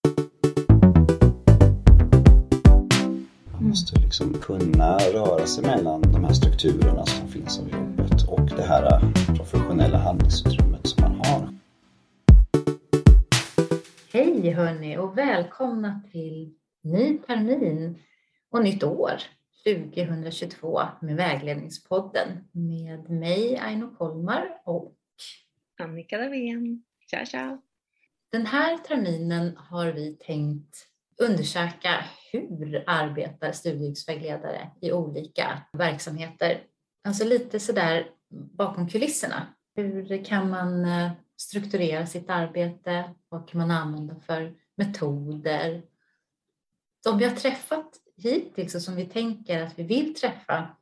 Man måste liksom kunna röra sig mellan de här strukturerna som finns av jobbet och det här professionella handlingsutrymmet som man har. Hej hörni och välkomna till ny termin och nytt år 2022 med Vägledningspodden med mig Aino Kolmar och Annika Davén. Tja tja! Den här terminen har vi tänkt undersöka hur arbetar studievägledare i olika verksamheter. Alltså lite sådär bakom kulisserna. Hur kan man strukturera sitt arbete? Vad kan man använda för metoder? De vi har träffat hittills och som vi tänker att vi vill träffa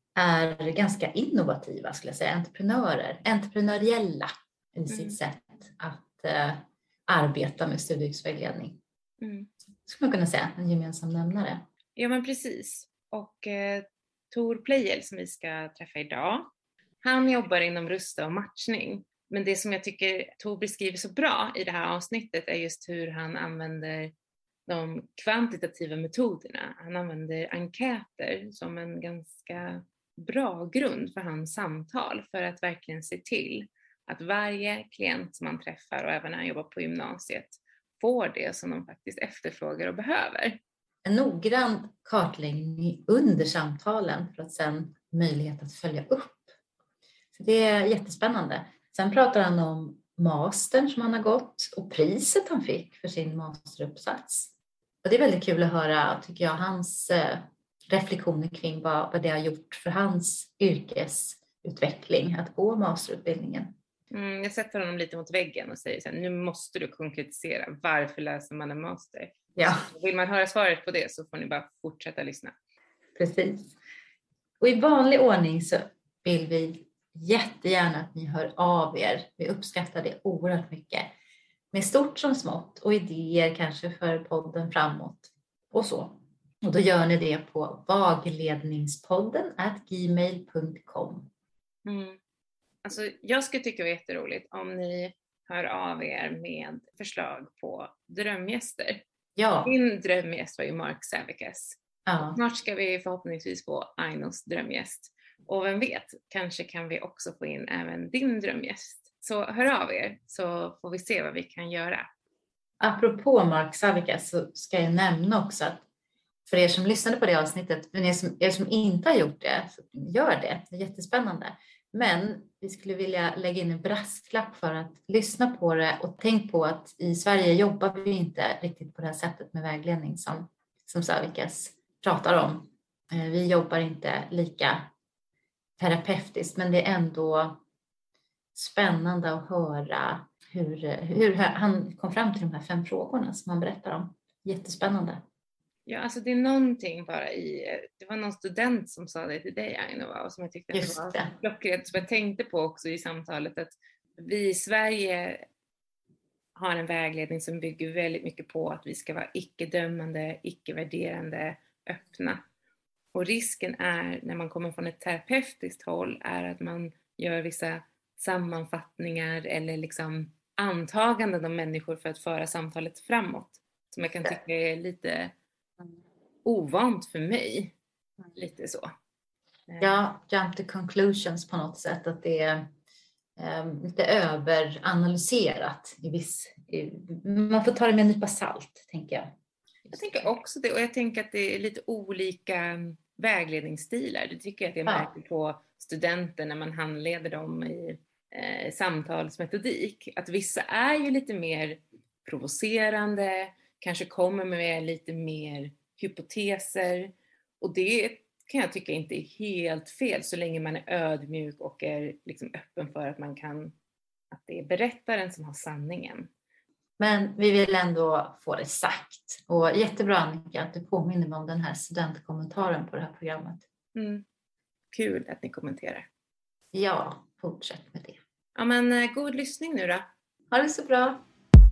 är ganska innovativa, skulle jag säga. Entreprenöriella i sitt sätt att arbeta med studievägledning. Skulle man kunna säga en gemensam nämnare. Ja men precis. Och Tor Pleijel som vi ska träffa idag, han jobbar inom Rusta och matchning. Men det som jag tycker Tor beskriver så bra i det här avsnittet är just hur han använder de kvantitativa metoderna. Han använder enkäter som en ganska bra grund för hans samtal för att verkligen se till att varje klient som man träffar och även när han jobbar på gymnasiet får det som de faktiskt efterfrågar och behöver. En noggrann kartläggning under samtalen för att sedan möjlighet att följa upp. Så det är jättespännande. Sen pratar han om mastern som han har gått och priset han fick för sin masteruppsats. Och det är väldigt kul att höra, tycker jag, hans reflektioner kring vad det har gjort för hans yrkesutveckling att gå masterutbildningen. Jag sätter honom lite mot väggen och säger så här, nu måste du konkretisera, varför läser man en master? Ja. Så vill man höra svaret på det så får ni bara fortsätta lyssna. Precis. Och i vanlig ordning så vill vi jättegärna att ni hör av er. Vi uppskattar det oerhört mycket. Med stort som smått och idéer kanske för podden framåt och så. Och då gör ni det på vagledningspodden@gmail.com. Alltså, jag skulle tycka det var jätteroligt om ni hör av er med förslag på drömgäster. Ja. Min drömgäst var ju Mark Savikas. Ja. Snart ska vi förhoppningsvis få Ainos drömgäst. Och vem vet, kanske kan vi också få in även din drömgäst. Så hör av er så får vi se vad vi kan göra. Apropå Mark Savikas så ska jag nämna också att för er som lyssnade på det avsnittet, men er som inte har gjort det, så gör det. Det är jättespännande. Men vi skulle vilja lägga in en brasklapp för att lyssna på det och tänk på att i Sverige jobbar vi inte riktigt på det här sättet med vägledning som Savikas pratar om. Vi jobbar inte lika terapeutiskt, men det är ändå spännande att höra hur han kom fram till de här 5 frågorna som han berättar om. Jättespännande. Ja, alltså det är någonting bara det var någon student som sa det till dig, Aino, och som jag tyckte att det var klockrent, som jag tänkte på också i samtalet, att vi i Sverige har en vägledning som bygger väldigt mycket på att vi ska vara icke-dömande, icke-värderande, öppna. Och risken är, när man kommer från ett terapeutiskt håll, är att man gör vissa sammanfattningar eller liksom antaganden om människor för att föra samtalet framåt. Som jag kan tycka är lite ovant för mig. Lite så. Ja, jump to conclusions på något sätt. Att det är lite överanalyserat. Man får ta det med en nypa salt, tänker jag. Jag tänker också det. Och jag tänker att det är lite olika vägledningsstilar. Det tycker jag att jag märker på studenter när man handleder dem i samtalsmetodik. Att vissa är ju lite mer provocerande. Kanske kommer med lite mer hypoteser. Och det kan jag tycka inte är helt fel så länge man är ödmjuk och är liksom öppen för att att det är berättaren som har sanningen. Men vi vill ändå få det sagt. Och jättebra, Annika, att du påminner mig om den här studentkommentaren på det här programmet. Kul att ni kommenterar. Ja, fortsätt med det. Ja, men god lyssning nu då. Ha det så bra.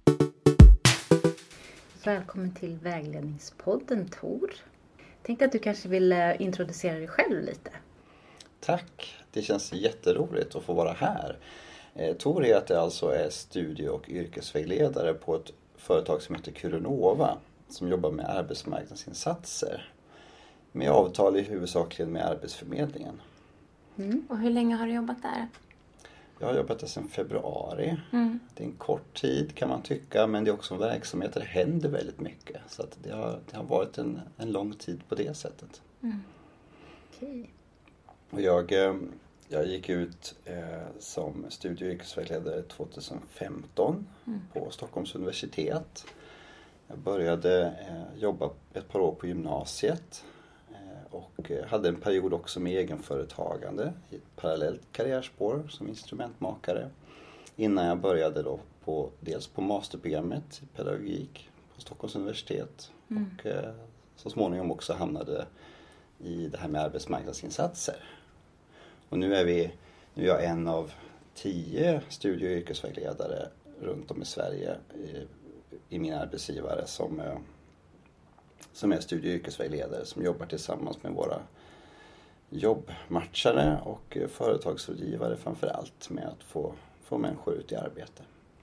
Välkommen till Vägledningspodden, Tor. Tänkte att du kanske vill introducera dig själv lite. Tack, det känns jätteroligt att få vara här. Tor heter alltså är studie- och yrkesvägledare på ett företag som heter Curonova som jobbar med arbetsmarknadsinsatser. Med avtal i huvudsakligen med Arbetsförmedlingen. Och hur länge har du jobbat där? Jag har jobbat där sedan februari. Det är en kort tid kan man tycka, men det är också en verksamhet där det händer väldigt mycket. Så att det har varit en lång tid på det sättet. Okay. Och jag gick ut som studie- och yrkesvägledare 2015 på Stockholms universitet. Jag började jobba ett par år på gymnasiet och hade en period också med egenföretagande i ett parallellt karriärspår som instrumentmakare. Innan jag började då dels på masterprogrammet i pedagogik på Stockholms universitet och så småningom också hamnade i det här med arbetsmarknadsinsatser. Och nu är jag en av 10 studie- och yrkesvägledare runt om i Sverige i min arbetsgivare som är studie- och yrkesvägledare som jobbar tillsammans med våra jobbmatchare och företagsrådgivare framförallt med att få människor ut i arbete.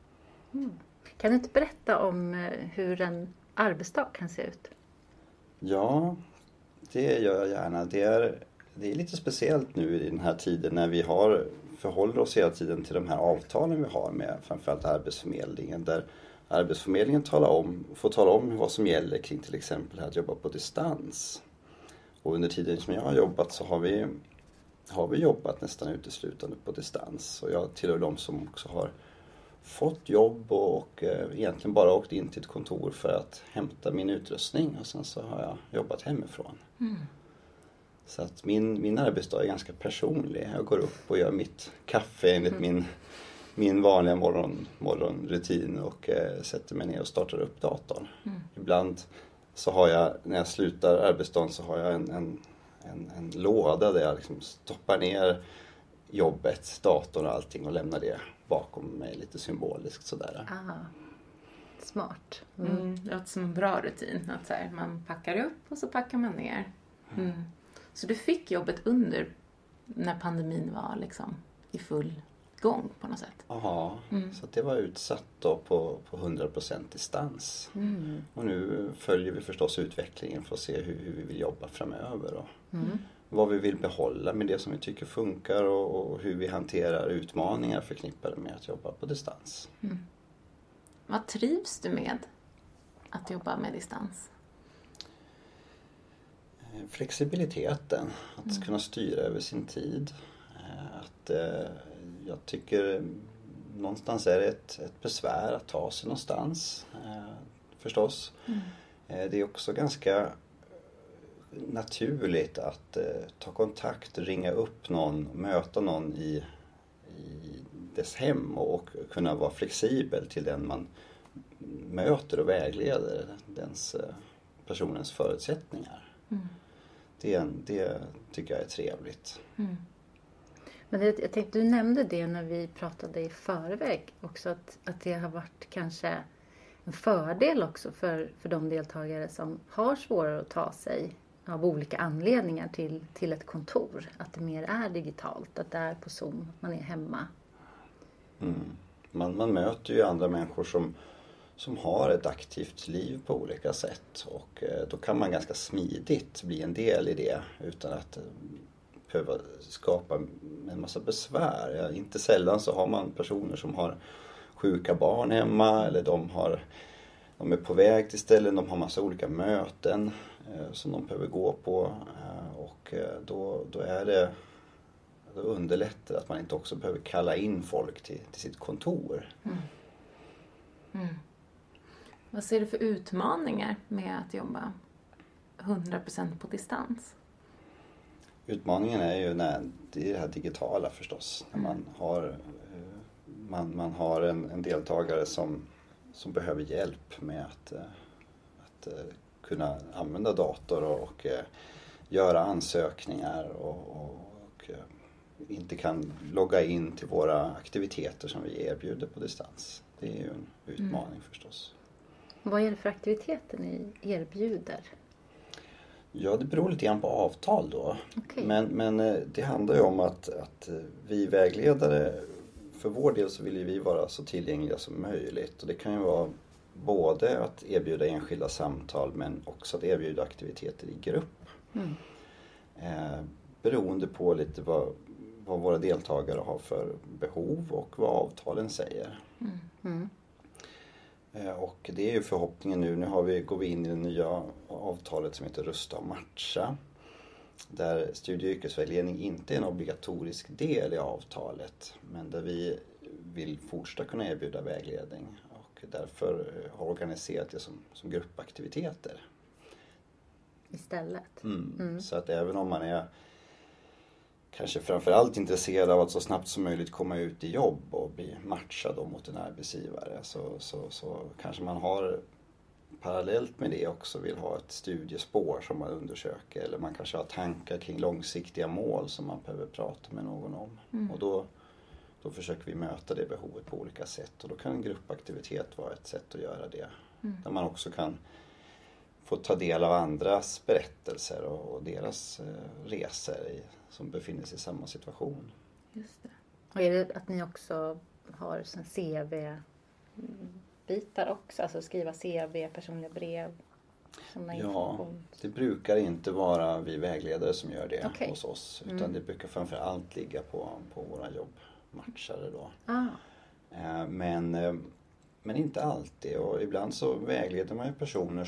Kan du inte berätta om hur en arbetsdag kan se ut? Ja, det gör jag gärna. Det är lite speciellt nu i den här tiden när vi förhåller oss hela tiden till de här avtalen vi har med framförallt Arbetsförmedlingen, där Arbetsförmedlingen får tala om vad som gäller kring till exempel att jobba på distans. Och under tiden som jag har jobbat så har vi jobbat nästan uteslutande på distans. Och jag tillhör de som också har fått jobb och egentligen bara åkt in till ett kontor för att hämta min utrustning och sen så har jag jobbat hemifrån. Så att min arbetsdag är ganska personlig. Jag går upp och gör mitt kaffe enligt min vanliga morgonrutin och sätter mig ner och startar upp datorn. Ibland så har jag, när jag slutar arbetsdagen så har jag en låda där jag liksom stoppar ner jobbet, datorn och allting och lämnar det bakom mig lite symboliskt sådär. Smart. Det låter som en bra rutin. Att så här, man packar upp och så packar man ner. Så du fick jobbet under när pandemin var liksom i full gång på något sätt? Ja, så det var utsatt då på 100% distans. Och nu följer vi förstås utvecklingen för att se hur vi vill jobba framöver. Och vad vi vill behålla med det som vi tycker funkar och hur vi hanterar utmaningar förknippade med att jobba på distans. Vad trivs du med att jobba med distans? Flexibiliteten, att kunna styra över sin tid. Jag tycker någonstans är det ett besvär att ta sig någonstans förstås. Det är också ganska naturligt att ta kontakt, ringa upp någon, möta någon i dess hem och kunna vara flexibel till den man möter och vägleder personens förutsättningar. Det tycker jag är trevligt. Men jag tänkte, du nämnde det när vi pratade i förväg också, att det har varit kanske en fördel också för de deltagare som har svårare att ta sig av olika anledningar till ett kontor. Att det mer är digitalt, att det är på Zoom, man är hemma. Man möter ju andra människor som har ett aktivt liv på olika sätt och då kan man ganska smidigt bli en del i det utan att behöva skapa en massa besvär. Inte sällan så har man personer som har sjuka barn hemma eller de är på väg till ställen, de har massa olika möten som de behöver gå på och då underlättar att man inte också behöver kalla in folk till sitt kontor. Vad ser du för utmaningar med att jobba 100% på distans? Utmaningen är ju det är det här digitala förstås. När man har en deltagare som behöver hjälp med att kunna använda dator och göra ansökningar och inte kan logga in till våra aktiviteter som vi erbjuder på distans. Det är ju en utmaning förstås. Vad är det för aktiviteter ni erbjuder? Ja, det beror lite grann på avtal då. Okay. Men det handlar ju om att vi vägledare, för vår del så vill vi vara så tillgängliga som möjligt. Och det kan ju vara både att erbjuda enskilda samtal men också att erbjuda aktiviteter i grupp. Beroende på lite vad våra deltagare har för behov och vad avtalen säger. Och det är ju förhoppningen nu. Nu går vi in i det nya avtalet som heter Rusta och matcha. Där studie- och yrkesvägledning inte är en obligatorisk del i avtalet. Men där vi vill fortsätta kunna erbjuda vägledning. Och därför har organiserat det som gruppaktiviteter. Istället. Så att även om man är kanske framförallt intresserad av att så snabbt som möjligt komma ut i jobb och bli matchad mot en arbetsgivare så kanske man har parallellt med det också vill ha ett studiespår som man undersöker, eller man kanske har tankar kring långsiktiga mål som man behöver prata med någon om. Och då försöker vi möta det behovet på olika sätt, och då kan en gruppaktivitet vara ett sätt att göra det. Där man också kan få ta del av andras berättelser och deras resor som befinner sig i samma situation. Just det. Och är det att ni också har CV-bitar också? Alltså skriva CV, personliga brev? Ja, det brukar inte vara vi vägledare som gör det hos oss. Utan det brukar framförallt ligga på våra jobbmatchare då. Men inte alltid. Och ibland så vägleder man ju personer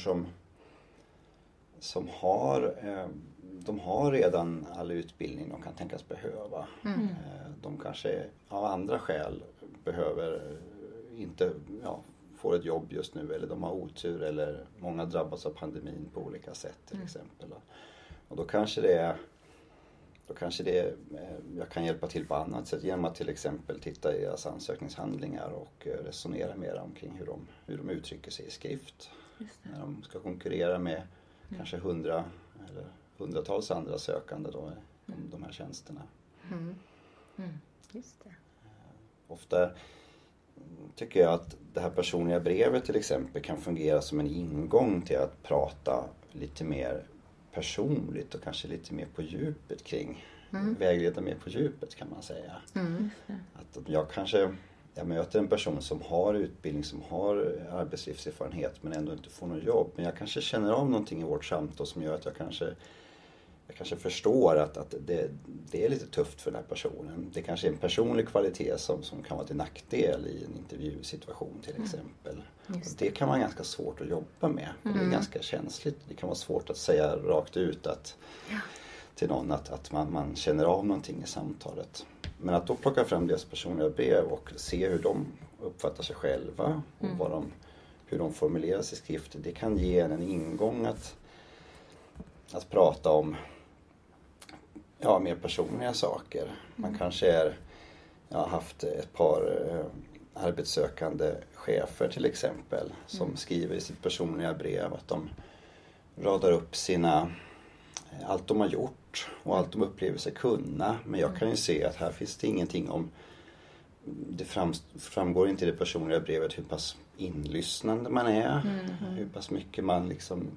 som har redan all utbildning de kan tänkas behöva. De kanske av andra skäl behöver inte få ett jobb just nu, eller de har otur, eller många drabbas av pandemin på olika sätt till exempel. Och då kanske det jag kan hjälpa till på annat sätt genom att till exempel titta i deras ansökningshandlingar och resonera med dem kring hur de uttrycker sig i skrift. När de ska konkurrera med kanske 100 eller hundratals andra sökande då, om de här tjänsterna. Just det. Ofta tycker jag att det här personliga brevet till exempel kan fungera som en ingång till att prata lite mer personligt och kanske lite mer på djupet kring vägleda mer på djupet, kan man säga. Att jag möter en person som har utbildning, som har arbetslivserfarenhet men ändå inte får något jobb. Men jag kanske känner av någonting i vårt samtal som gör att jag kanske förstår att det är lite tufft för den här personen. Det kanske är en personlig kvalitet som kan vara till nackdel i en intervjusituation till exempel. Och det kan vara ganska svårt att jobba med. Det är ganska känsligt. Det kan vara svårt att säga rakt ut till någon att man känner av någonting i samtalet. Men att då plocka fram deras personliga brev och se hur de uppfattar sig själva och hur de formulerar sig i skrift, det kan ge en ingång att prata om mer personliga saker. Man kanske har haft ett par arbetssökande chefer till exempel som skriver i sitt personliga brev att de radar upp allt de har gjort och allt de upplever sig kunna. Men jag kan ju se att här finns det ingenting om, det framgår inte i det personliga brevet hur pass inlyssnande man är, hur pass mycket man liksom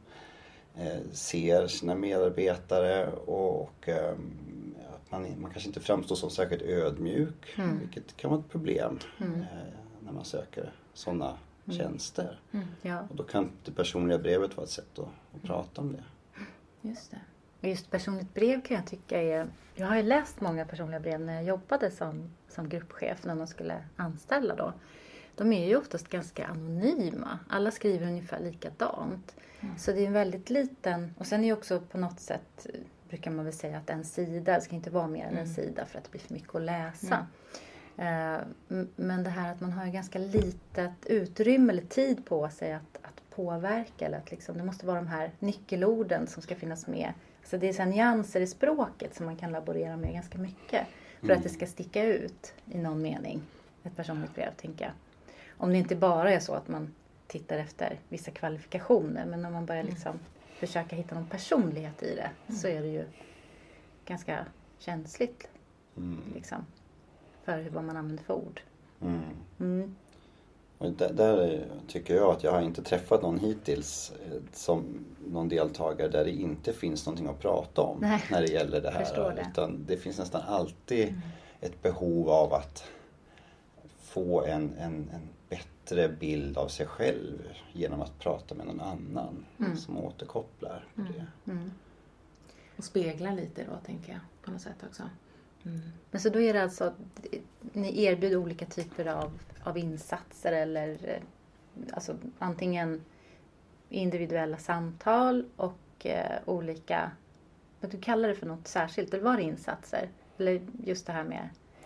ser sina medarbetare och att man kanske inte framstår som särskilt ödmjuk, vilket kan vara ett problem när man söker sådana tjänster. Och då kan det personliga brevet vara ett sätt att prata om det. Just det. Och just personligt brev kan jag tycka jag har ju läst många personliga brev när jag jobbade som gruppchef när man skulle anställa då. De är ju oftast ganska anonyma. Alla skriver ungefär likadant. Så det är en väldigt liten, och sen är ju också på något sätt, brukar man väl säga att en sida, det ska inte vara mer än en sida för att det blir för mycket att läsa. Men det här att man har ju ganska litet utrymme eller tid på sig att påverka, eller att liksom, det måste vara de här nyckelorden som ska finnas med. Så det är så nyanser i språket som man kan laborera med ganska mycket för att det ska sticka ut i någon mening, ett personligt brev, tänker jag. Om det inte bara är så att man tittar efter vissa kvalifikationer, men om man börjar liksom försöka hitta någon personlighet i det så är det ju ganska känsligt liksom, för vad man använder för ord. Och där tycker jag att jag har inte träffat någon hittills som någon deltagare där det inte finns någonting att prata om när det gäller det här. Utan det finns nästan alltid ett behov av att få en bättre bild av sig själv genom att prata med någon annan som återkopplar på det. Och spegla lite då, tänker jag, på något sätt också. Men så då är det alltså att ni erbjuder olika typer av insatser eller alltså antingen individuella samtal och olika, vad du kallar det för något särskilt, eller var det insatser? Eller just det här med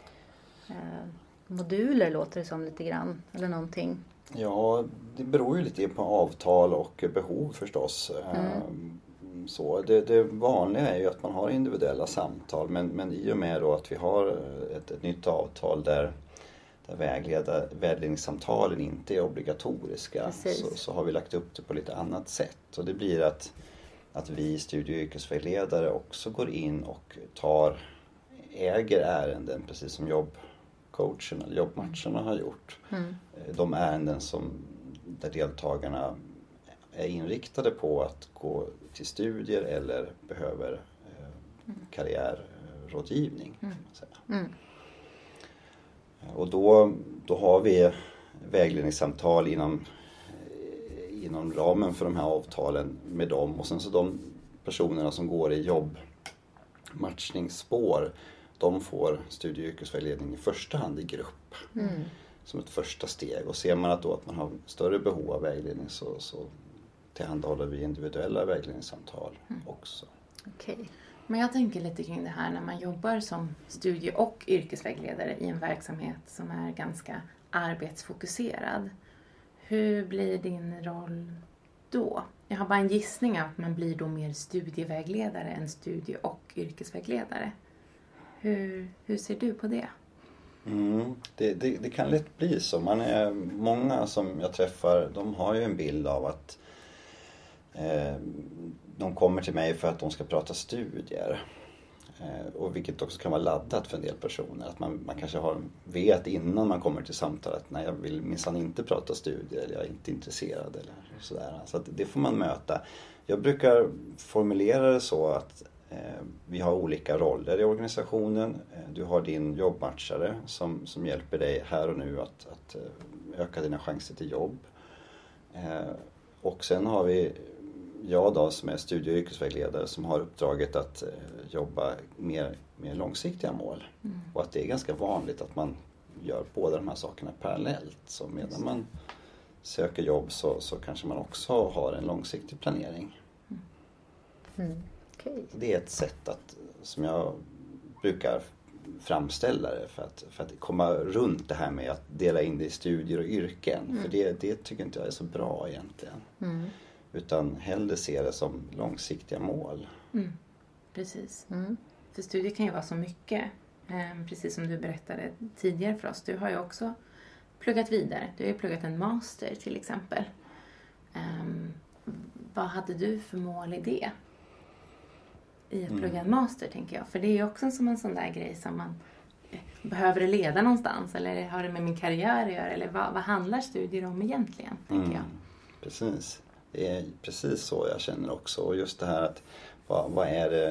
moduler låter det som lite grann, eller någonting. Ja, det beror ju lite på avtal och behov förstås. Så det vanliga är ju att man har individuella samtal, men i och med då att vi har ett nytt avtal där vägledningssamtalen inte är obligatoriska så har vi lagt upp det på lite annat sätt. Och det blir att vi studie- och yrkesvägledare också går in och äger ärenden precis som jobbcoachen eller jobbmatcherna har gjort. De ärenden där deltagarna är inriktade på att gå till studier eller behöver karriärrådgivning. Kan man säga. Och då har vi vägledningssamtal inom ramen för de här avtalen med dem. Och sen så de personerna som går i jobbmatchningsspår, de får studie- och yrkesvägledning i första hand i grupp. Som ett första steg. Och ser man att man har större behov av vägledning så tillhandahåller vi individuella vägledningssamtal också. Okej. Men jag tänker lite kring det här när man jobbar som studie- och yrkesvägledare i en verksamhet som är ganska arbetsfokuserad. Hur blir din roll då? Jag har bara en gissning att man blir då mer studievägledare än studie- och yrkesvägledare. Hur ser du på det? Det kan lätt bli så. Många som jag träffar, de har ju en bild av att de kommer till mig för att de ska prata studier. Och vilket också kan vara laddat för en del personer. Att man kanske vet innan man kommer till samtalet att nej, jag vill minsann inte prata studier eller jag är inte intresserad eller sådär. Så att det får man möta. Jag brukar formulera det så att vi har olika roller i organisationen. Du har din jobbmatchare som hjälper dig här och nu att öka dina chanser till jobb. Och sen har vi jag då som är studie- och yrkesvägledare som har uppdraget att jobba mer långsiktiga mål. Och att det är ganska vanligt att man gör båda de här sakerna parallellt. Så medan man söker jobb så kanske man också har en långsiktig planering. Okay. Det är ett sätt som jag brukar framställa det för att komma runt det här med att dela in det i studier och yrken. För det tycker inte jag är så bra egentligen. Utan hellre se det som långsiktiga mål. Precis. För studier kan ju vara så mycket. Precis som du berättade tidigare för oss. Du har ju också pluggat vidare. Du har ju pluggat en master till exempel. Vad hade du för mål i det? I att plugga en master tänker jag. För det är ju också som en sån där grej som man behöver det leda någonstans. Eller har det med min karriär att göra? Eller vad handlar studier om egentligen? Tänker jag. Precis. Det är precis så jag känner också. Och just det här att vad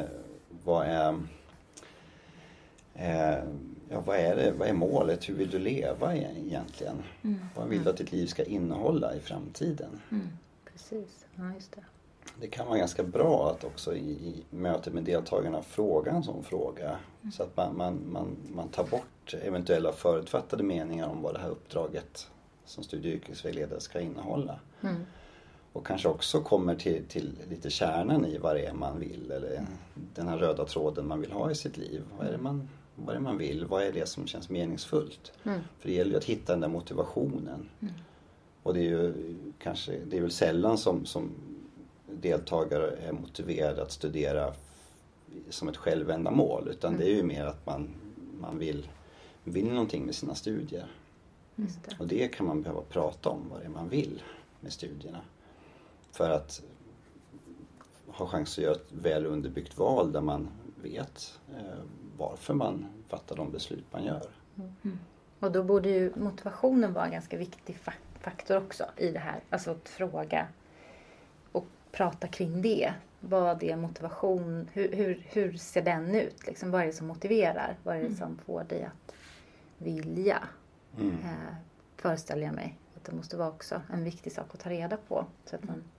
är målet? Hur vill du leva egentligen? Vad vill du att ditt liv ska innehålla i framtiden? Precis, ja just det. Det kan vara ganska bra att också i mötet med deltagarna fråga en sån fråga. Så att man tar bort eventuella förutfattade meningar om vad det här uppdraget som studie- och yrkesvägledare ska innehålla. Och kanske också kommer till lite kärnan i vad det är man vill. Eller den här röda tråden man vill ha i sitt liv. Vad är det man vill? Vad är det som känns meningsfullt? För det gäller ju att hitta den där motivationen. Och det är väl sällan som deltagare är motiverade att studera som ett självändamål. Utan det är ju mer att man vill någonting med sina studier. Och det kan man behöva prata om, vad det är man vill med studierna. För att ha chans att göra ett väl underbyggt val där man vet varför man fattar de beslut man gör. Och då borde ju motivationen vara en ganska viktig faktor också i det här. Alltså att fråga och prata kring det. Vad är motivation? Hur ser den ut? Liksom, vad är det som motiverar? Vad är det som får dig att vilja? Föreställer jag mig. att det måste vara också en viktig sak att ta reda på. Så att man,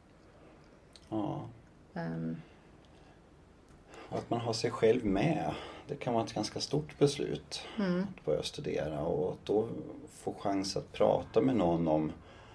att man har sig själv med. Det kan vara ett ganska stort beslut att börja studera, och att då få chans att prata med någon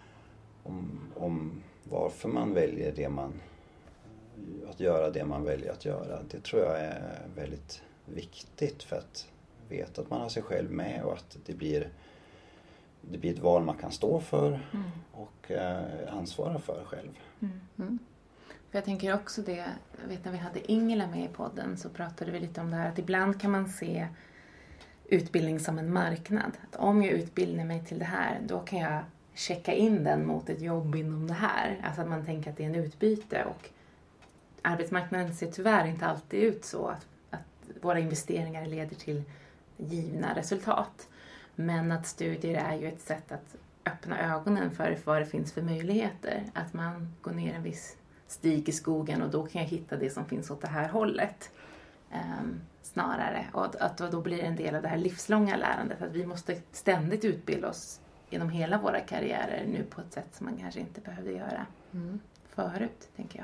om varför man väljer att göra det man väljer att göra. Det tror jag är väldigt viktigt, för att veta att man har sig själv med och att det blir ett val man kan stå för och ansvara för själv. För jag tänker också det, jag vet när vi hade Ingela med i podden så pratade vi lite om det här att ibland kan man se utbildning som en marknad. Att om jag utbildar mig till det här, då kan jag checka in den mot ett jobb inom det här. Alltså att man tänker att det är en utbyte, och arbetsmarknaden ser tyvärr inte alltid ut så att våra investeringar leder till givna resultat. Men att studier är ju ett sätt att öppna ögonen för vad det finns för möjligheter. Att man går ner en viss stig i skogen och då kan jag hitta det som finns åt det här hållet. Snarare. Och att då blir det en del av det här livslånga lärandet. Att vi måste ständigt utbilda oss genom hela våra karriärer nu på ett sätt som man kanske inte behövde göra förut, tänker jag.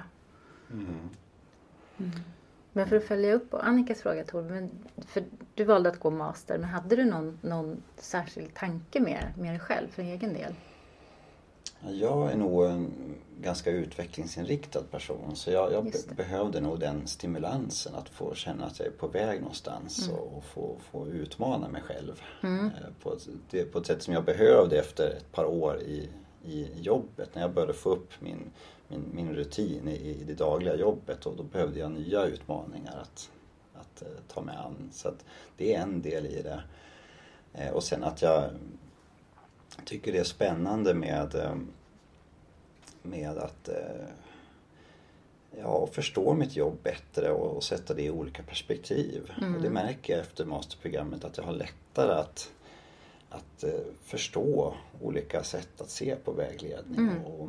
Men för att följa upp på Annikas fråga, Torben, för du valde att gå master, men hade du någon särskild tanke med dig själv för egen del? Jag är nog en ganska utvecklingsinriktad person, så jag behövde nog den stimulansen att få känna att jag är på väg någonstans och få utmana mig själv på ett sätt som jag behövde efter ett par år i jobbet, när jag började få upp min rutin i det dagliga jobbet, och då behövde jag nya utmaningar att ta mig an. Så att det är en del i det. Och sen att jag tycker det är spännande med att förstå mitt jobb bättre och sätta det i olika perspektiv. Och det märker jag efter masterprogrammet, att jag har lättare att förstå olika sätt att se på vägledning och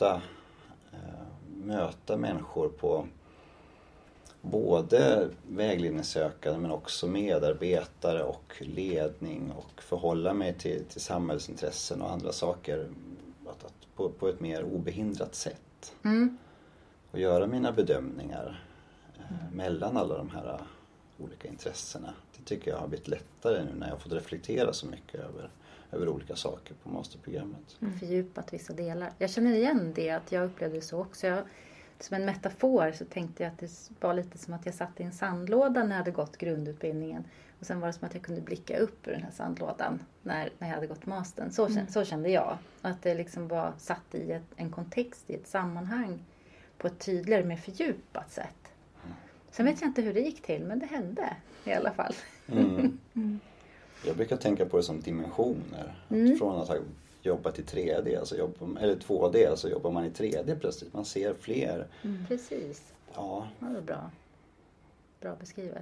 möta människor på både vägledningssökande men också medarbetare och ledning, och förhålla mig till samhällsintressen och andra saker på ett mer obehindrat sätt. Och göra mina bedömningar mellan alla de här olika intressena. Det tycker jag har blivit lättare nu när jag har fått reflektera så mycket över olika saker på masterprogrammet. Fördjupat vissa delar. Jag känner igen det, att jag upplevde det så också. Som en metafor så tänkte jag att det var lite som att jag satt i en sandlåda när jag hade gått grundutbildningen. Och sen var det som att jag kunde blicka upp ur den här sandlådan när jag hade gått mastern. Så kände jag. Att det liksom var satt i en kontext, i ett sammanhang på ett tydligare, mer fördjupat sätt. Sen vet jag inte hur det gick till, men det hände i alla fall. Jag brukar tänka på det som dimensioner. Från att ha jobbat i 3D, eller 2D, så jobbar man i 3D plötsligt. Man ser fler. Precis. Ja. Det var bra. Bra beskrivet.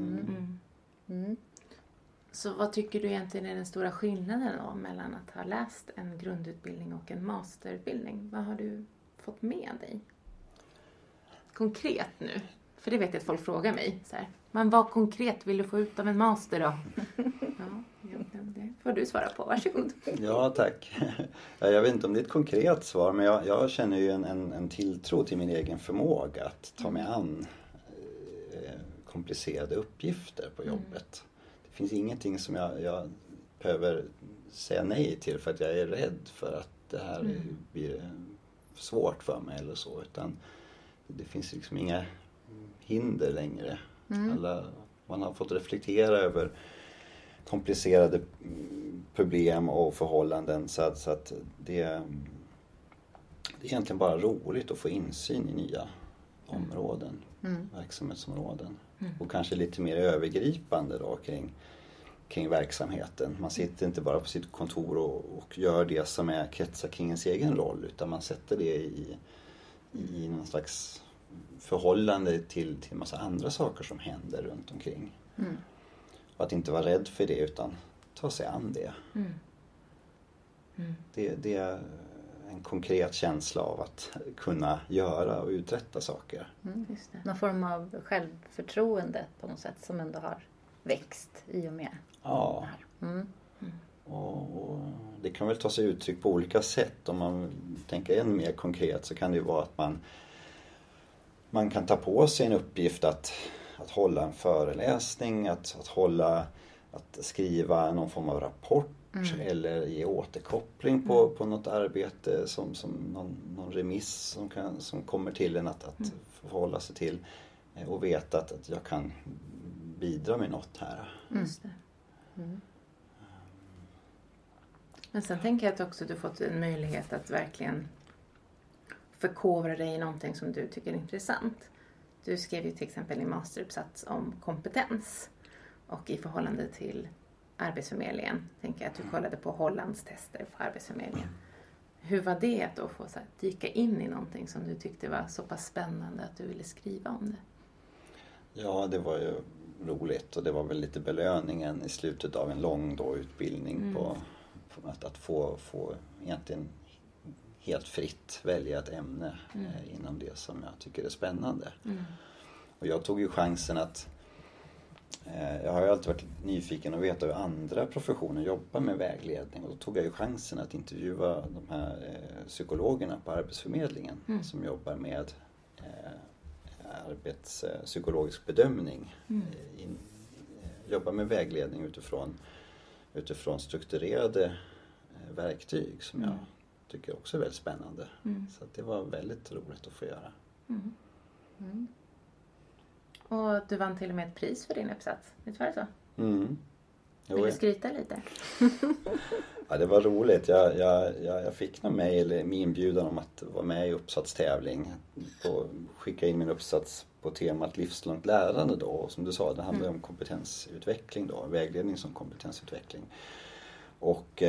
Så vad tycker du egentligen är den stora skillnaden då mellan att ha läst en grundutbildning och en masterutbildning? Vad har du fått med dig? Konkret nu. För det vet jag att folk frågar mig. Så här, men vad konkret vill du få ut av en master då? Det får du svara på. Varsågod. Ja, tack. Jag vet inte om det är ett konkret svar, men jag känner ju en tilltro till min egen förmåga att ta mig an komplicerade uppgifter på jobbet. Det finns ingenting som jag behöver säga nej till för att jag är rädd för att det här blir svårt för mig eller så, utan det finns liksom inga hinder längre. Man har fått reflektera över komplicerade problem och förhållanden, så att det är egentligen bara roligt att få insyn i nya områden, verksamhetsområden, och kanske lite mer övergripande då kring verksamheten. Man sitter inte bara på sitt kontor och gör det som är kretsar kring ens egen roll, utan man sätter det i någon slags förhållande till en massa andra saker som händer runt omkring. Och att inte vara rädd för det, utan ta sig an det. Det är en konkret känsla av att kunna göra och uträtta saker. Just det. Någon form av självförtroende på något sätt som ändå har växt i och med. Ja. Och det kan väl ta sig uttryck på olika sätt. Om man tänker än mer konkret så kan det ju vara att man kan ta på sig en uppgift att hålla en föreläsning, att skriva någon form av rapport eller ge återkoppling på något arbete som någon remiss som kommer till en att förhålla sig till och veta att jag kan bidra med något här. Just det. Men sen tänker jag att också du fått en möjlighet att verkligen förkovra dig i någonting som du tycker är intressant. Du skrev ju till exempel en masteruppsats om kompetens och i förhållande till Arbetsförmedlingen. Tänker jag att du kollade på Hollands tester på Arbetsförmedlingen. Hur var det att då få så här, dyka in i någonting som du tyckte var så pass spännande att du ville skriva om det? Ja, det var ju roligt och det var väl lite belöningen i slutet av en lång utbildning på att få egentligen helt fritt välja ett ämne inom det som jag tycker är spännande. Och jag tog ju chansen att jag har ju alltid varit nyfiken och veta hur andra professioner jobbar med vägledning och då tog jag ju chansen att intervjua de här psykologerna på Arbetsförmedlingen som jobbar med arbetspsykologisk bedömning. Jobbar med vägledning utifrån strukturerade verktyg som jag tycker också är väldigt spännande. Så att det var väldigt roligt att få göra. Och du vann till och med ett pris för din uppsats, vet du vad det så? Vill du skryta lite? Ja, det var roligt. Jag fick någon mejl med inbjudan om att vara med i uppsatstävling. Skicka in min uppsats på temat livslångt lärande då. Och som du sa, det handlar om kompetensutveckling då. Vägledning som kompetensutveckling. Och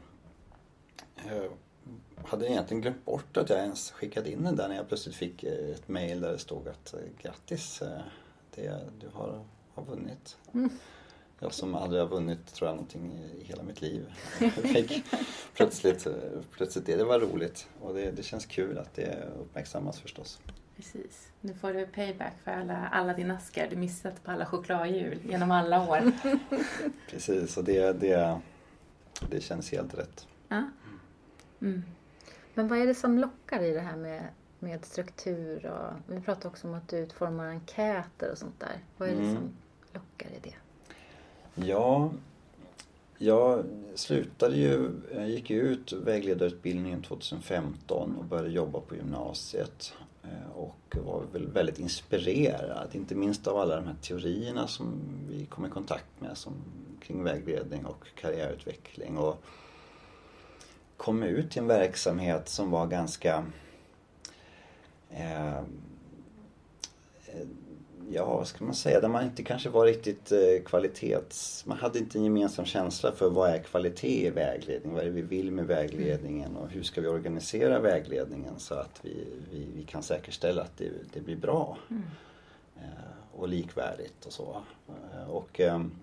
hade egentligen glömt bort att jag ens skickat in den där när jag plötsligt fick ett mejl där det stod att grattis, du har vunnit. Jag som aldrig har vunnit tror jag någonting i hela mitt liv. Fick plötsligt det var roligt och det känns kul att det uppmärksammas förstås. Precis. Nu får du payback för alla dina askar du missat på alla chokladjul genom alla år. Precis, och det känns helt rätt. Ja. Men vad är det som lockar i det här med struktur? Och vi pratar också om att du utformar enkäter och sånt där. Vad är det som lockar i det? Ja, jag gick ut vägledarutbildningen 2015 och började jobba på gymnasiet. Och var väl väldigt inspirerad, inte minst av alla de här teorierna som vi kom i kontakt med som kring vägledning och karriärutveckling. Och kom ut i en verksamhet som var ganska vad ska man säga, där man inte kanske var riktigt man hade inte en gemensam känsla för vad är kvalitet i vägledning, vad är det vi vill med vägledningen och hur ska vi organisera vägledningen så att vi kan säkerställa att det blir bra och likvärdigt och så. Och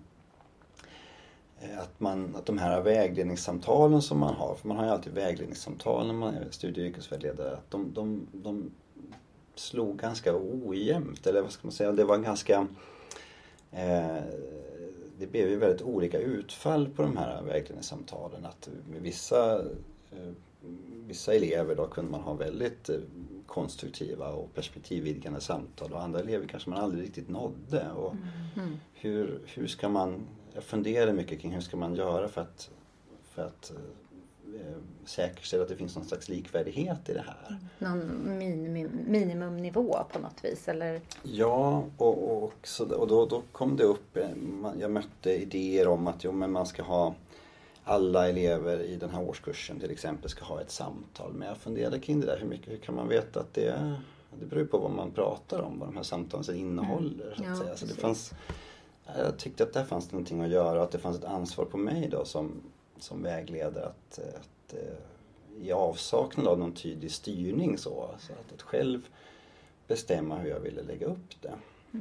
att de här vägledningssamtalen som man har, för man har ju alltid vägledningssamtal när man är studie- och yrkesvägledare, att de slog ganska ojämnt, eller vad ska man säga, det var ganska det blev ju väldigt olika utfall på de här vägledningssamtalen, att med vissa elever då kunde man ha väldigt konstruktiva och perspektivvidgande samtal och andra elever kanske man aldrig riktigt nådde och hur ska man, jag funderar mycket kring hur ska man göra för att säkerställa att det finns någon slags likvärdighet i det här. Någon minimumnivå på något vis, eller? Ja, och då kom det upp, jag mötte idéer om att men man ska ha alla elever i den här årskursen till exempel ska ha ett samtal. Men jag funderade kring det där, hur kan man veta att det beror på vad man pratar om, vad de här samtalen innehåller. Så att säga. Så jag tyckte att där fanns någonting att göra och att det fanns ett ansvar på mig då som vägledare att i avsaknad av någon tydlig styrning så att själv bestämma hur jag ville lägga upp det.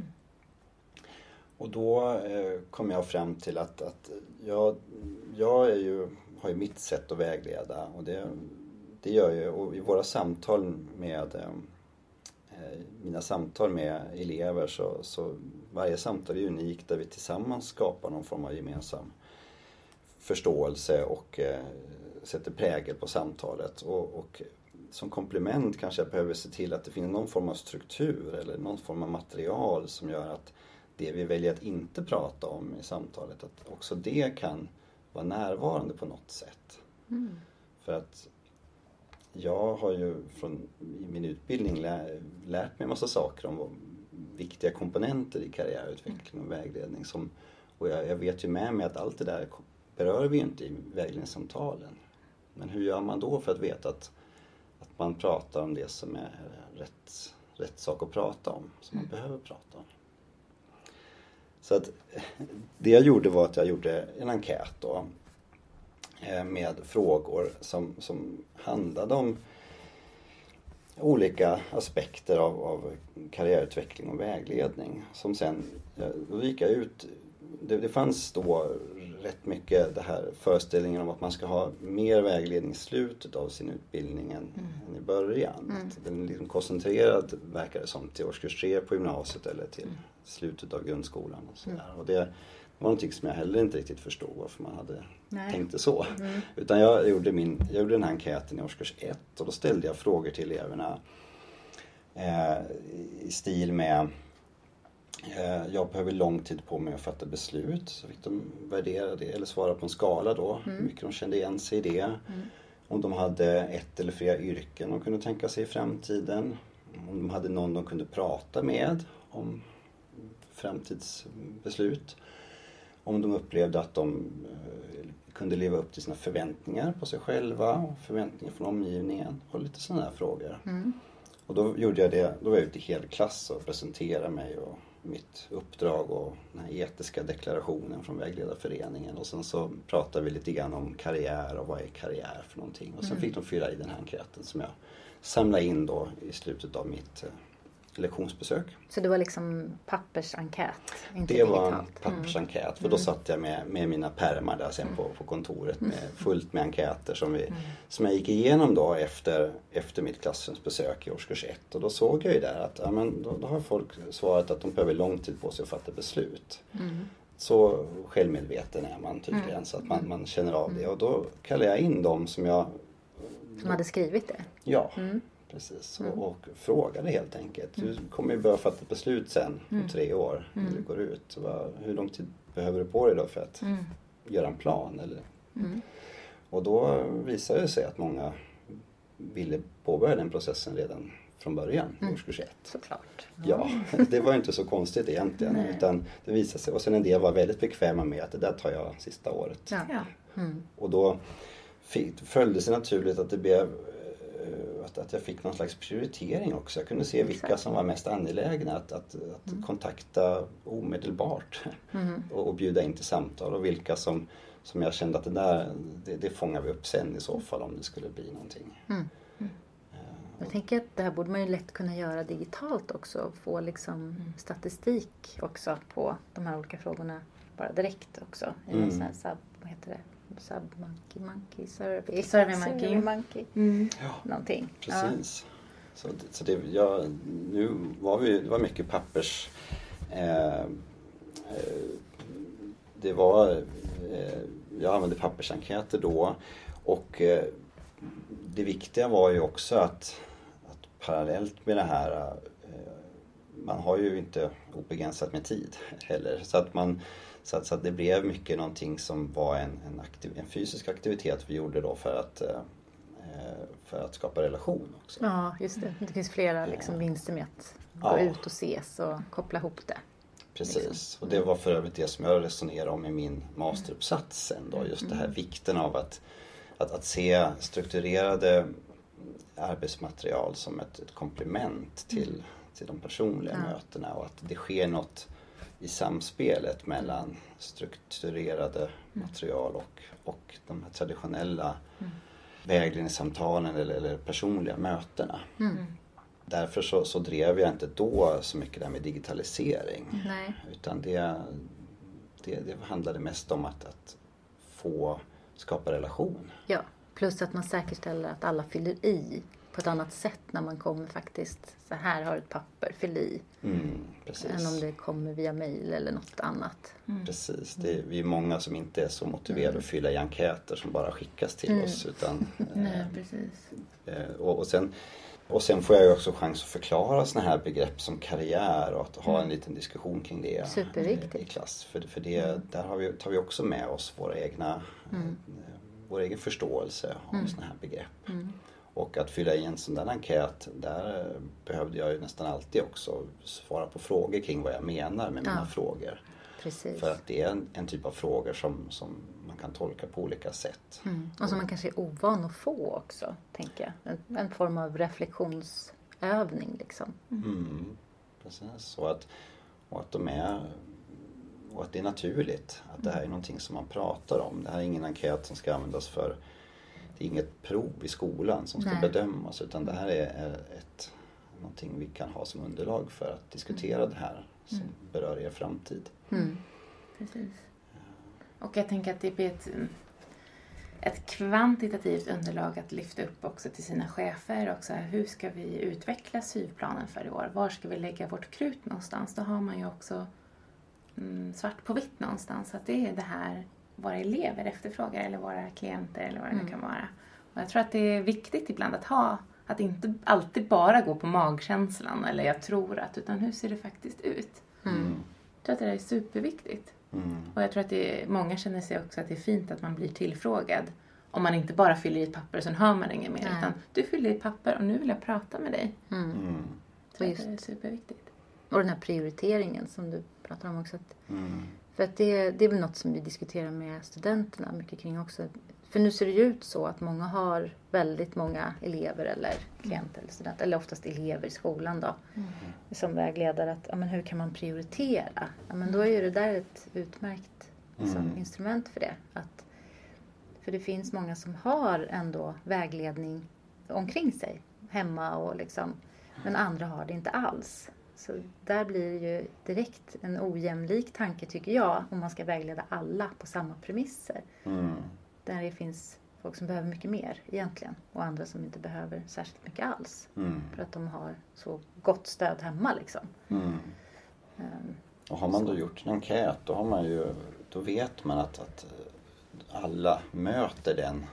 Och då kom jag fram till att jag har ju mitt sätt att vägleda och det gör ju, och i våra samtal med mina samtal med elever så varje samtal är unikt där vi tillsammans skapar någon form av gemensam förståelse och sätter prägel på samtalet. Och som komplement kanske jag behöver se till att det finns någon form av struktur eller någon form av material som gör att det vi väljer att inte prata om i samtalet, att också det kan vara närvarande på något sätt. För att jag har ju i min utbildning lärt mig en massa saker om viktiga komponenter i karriärutveckling och vägledning. Och jag vet ju med mig att allt det där berör vi inte i vägledningssamtalen. Men hur gör man då för att veta att man pratar om det som är rätt sak att prata om, som man behöver prata om? Så att det jag gjorde var att jag gjorde en enkät då, med frågor som handlade om olika aspekter av karriärutveckling och vägledning. Som sen, då gick jag ut, det fanns då rätt mycket det här föreställningen om att man ska ha mer vägledning i slutet av sin utbildning än i början. Den är liksom koncentrerad, verkar det som, till årskurs 3 på gymnasiet eller till slutet av grundskolan och sådär. Och det var någonting som jag heller inte riktigt förstod varför man hade tänkt det så. Utan jag gjorde den här enkäten i årskurs 1 och då ställde jag frågor till eleverna i stil med jag behöver lång tid på mig att fatta beslut. Så fick de värdera det eller svara på en skala då. Hur mycket de kände igen sig i det. Om de hade ett eller flera yrken de kunde tänka sig i framtiden. Om de hade någon de kunde prata med om framtidsbeslut. Om de upplevde att de kunde leva upp till sina förväntningar på sig själva och förväntningar från omgivningen och lite sådana här frågor. Och då gjorde jag det, då var jag ute i hel klass och presenterade mig och mitt uppdrag och den här etiska deklarationen från Vägledarföreningen. Och sen så pratade vi lite grann om karriär och vad är karriär för någonting. Och sen fick de fylla i den här enkäten som jag samlade in då i slutet av mitt lektionsbesök. Så det var liksom pappersenkät? Inte det digitalt. var en pappersenkät. För då satt jag med mina pärmar där sen på kontoret med fullt med enkäter som jag gick igenom då efter mitt klassrumsbesök i årskurs 1. Och då såg jag ju där att då har folk svarat att de behöver lång tid på sig att fatta beslut. Så självmedveten är man tydligen så att man känner av det. Och då kallar jag in dem som hade skrivit det? Ja. Precis, och frågade helt enkelt. Du kommer ju börja fatta beslut sen om 3 år när du går ut. Hur lång tid behöver du på dig då för att göra en plan? Eller? Och då visade det sig att många ville påbörja den processen redan från början, årskurs 1. Såklart. Ja, det var inte så konstigt egentligen. Utan det visade sig, och sen en del var väldigt bekväma med att det där tar jag sista året. Ja. Och då följde sig naturligt att det blev att jag fick någon slags prioritering också. Jag kunde se vilka som var mest angelägna att kontakta omedelbart och bjuda in till samtal och vilka som jag kände att det fångar vi upp sen i så fall om det skulle bli någonting. Jag tänker att det här borde man ju lätt kunna göra digitalt också. Få liksom statistik också på de här olika frågorna bara direkt också. I en sån här vad heter det? Survey Monkey. Någonting. Precis. Ja. Så det, nu det var mycket pappers. Jag använde pappersenkäter då och det viktiga var ju också att parallellt med det här man har ju inte obegränsat med tid heller så att det blev mycket någonting som var en fysisk aktivitet vi gjorde då för att skapa relation också. Ja, just det. Det finns flera liksom vinster med att gå ut och ses och koppla ihop det. Precis, liksom. Och det var för övrigt det som jag resonerade om i min masteruppsats sen då. Just det här vikten av att se strukturerade arbetsmaterial som ett komplement till de personliga mötena och att det sker något i samspelet mellan strukturerade material och de här traditionella vägledningssamtalen eller personliga mötena. Därför så drev jag inte då så mycket där med digitalisering. Nej. Utan det handlade mest om att få skapa relation. Ja, plus att man säkerställer att alla fyller i på ett annat sätt när man kommer faktiskt, så här har ett papper, fyll i. Precis. Än om det kommer via mejl eller något annat. Precis, vi är många som inte är så motiverade att fylla i enkäter som bara skickas till oss. Utan, Nej, precis. Och sen får jag ju också chans att förklara såna här begrepp som karriär och att ha en liten diskussion kring det i klass. För det, där tar vi också med oss vår egen förståelse av såna här begrepp. Och att fylla i en sån där enkät, där behövde jag ju nästan alltid också svara på frågor kring vad jag menar med mina frågor. Precis. För att det är en typ av frågor som man kan tolka på olika sätt. Och som man kanske är ovan att få också, tänker jag. En form av reflektionsövning liksom. Precis. Och att det är naturligt. Att det här är någonting som man pratar om. Det här är ingen enkät som ska användas för... Det är inget prov i skolan som ska bedömas. Utan det här är någonting vi kan ha som underlag för att diskutera det här som berör er framtid. Precis. Och jag tänker att det blir ett kvantitativt underlag att lyfta upp också till sina chefer. Också, hur ska vi utveckla SYV-planen för i år? Var ska vi lägga vårt krut någonstans? Då har man ju också svart på vitt någonstans. Att det är det här våra elever efterfrågar eller våra klienter eller vad det nu kan vara. Och jag tror att det är viktigt ibland att inte alltid bara gå på magkänslan eller jag tror att, utan hur ser det faktiskt ut? Jag tror att det är superviktigt. Och jag tror att många känner sig också att det är fint att man blir tillfrågad. Om man inte bara fyller i ett papper och sen hör man inget mer. Utan du fyller i ett papper och nu vill jag prata med dig. Så det är superviktigt. Och den här prioriteringen som du pratar om också. För att det är väl något som vi diskuterar med studenterna mycket kring också. För nu ser det ju ut så att många har väldigt många elever eller klienter eller studenter. Eller oftast elever i skolan då. Som vägledare att men hur kan man prioritera? Ja, men då är ju det där ett utmärkt instrument för det. För det finns många som har ändå vägledning omkring sig. Hemma och liksom. Men andra har det inte alls. Så där blir det ju direkt en ojämlik tanke tycker jag. Om man ska vägleda alla på samma premisser. Där det finns folk som behöver mycket mer egentligen. Och andra som inte behöver särskilt mycket alls. För att de har så gott stöd hemma liksom. Och har man då gjort en enkät då vet man att alla möter den.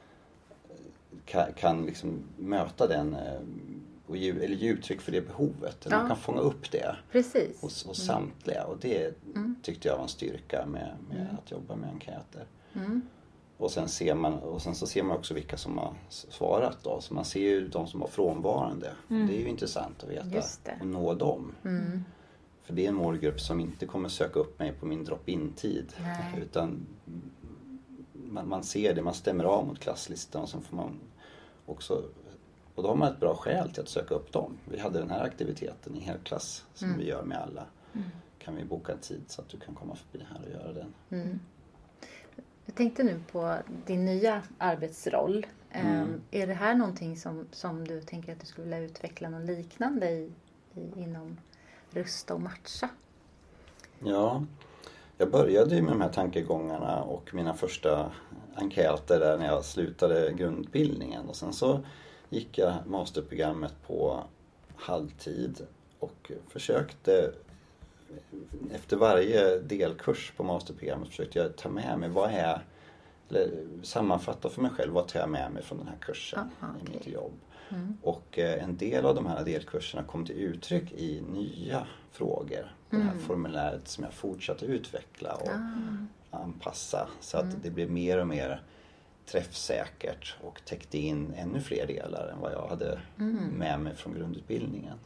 Kan liksom möta den eller ge uttryck för det behovet. Man kan fånga upp det hos samtliga. Och det tyckte jag var en styrka med att jobba med enkäter. Och sen ser man också vilka som har svarat då. Så man ser ju de som var frånvarande. Det är ju intressant att veta och nå dem. För det är en målgrupp som inte kommer söka upp mig på min drop-in-tid. Utan man ser det, man stämmer av mot klasslistan och sen får man också... Och då har man ett bra skäl till att söka upp dem. Vi hade den här aktiviteten i helklass som vi gör med alla. Kan vi boka en tid så att du kan komma förbi här och göra den. Jag tänkte nu på din nya arbetsroll. Är det här någonting som du tänker att du skulle vilja utveckla något liknande inom Rusta och matcha? Ja, jag började ju med de här tankegångarna och mina första enkäter där när jag slutade grundutbildningen. Och sen så gick jag masterprogrammet på halvtid och försökte efter varje delkurs på masterprogrammet försökte jag ta med mig eller sammanfatta för mig själv vad tar jag med mig från den här kursen i mitt jobb. Och en del av de här delkurserna kom till uttryck i nya frågor på det här formuläret som jag fortsatte utveckla och anpassa så att det blev mer och mer träffsäkert och täckte in ännu fler delar än vad jag hade med mig från grundutbildningen.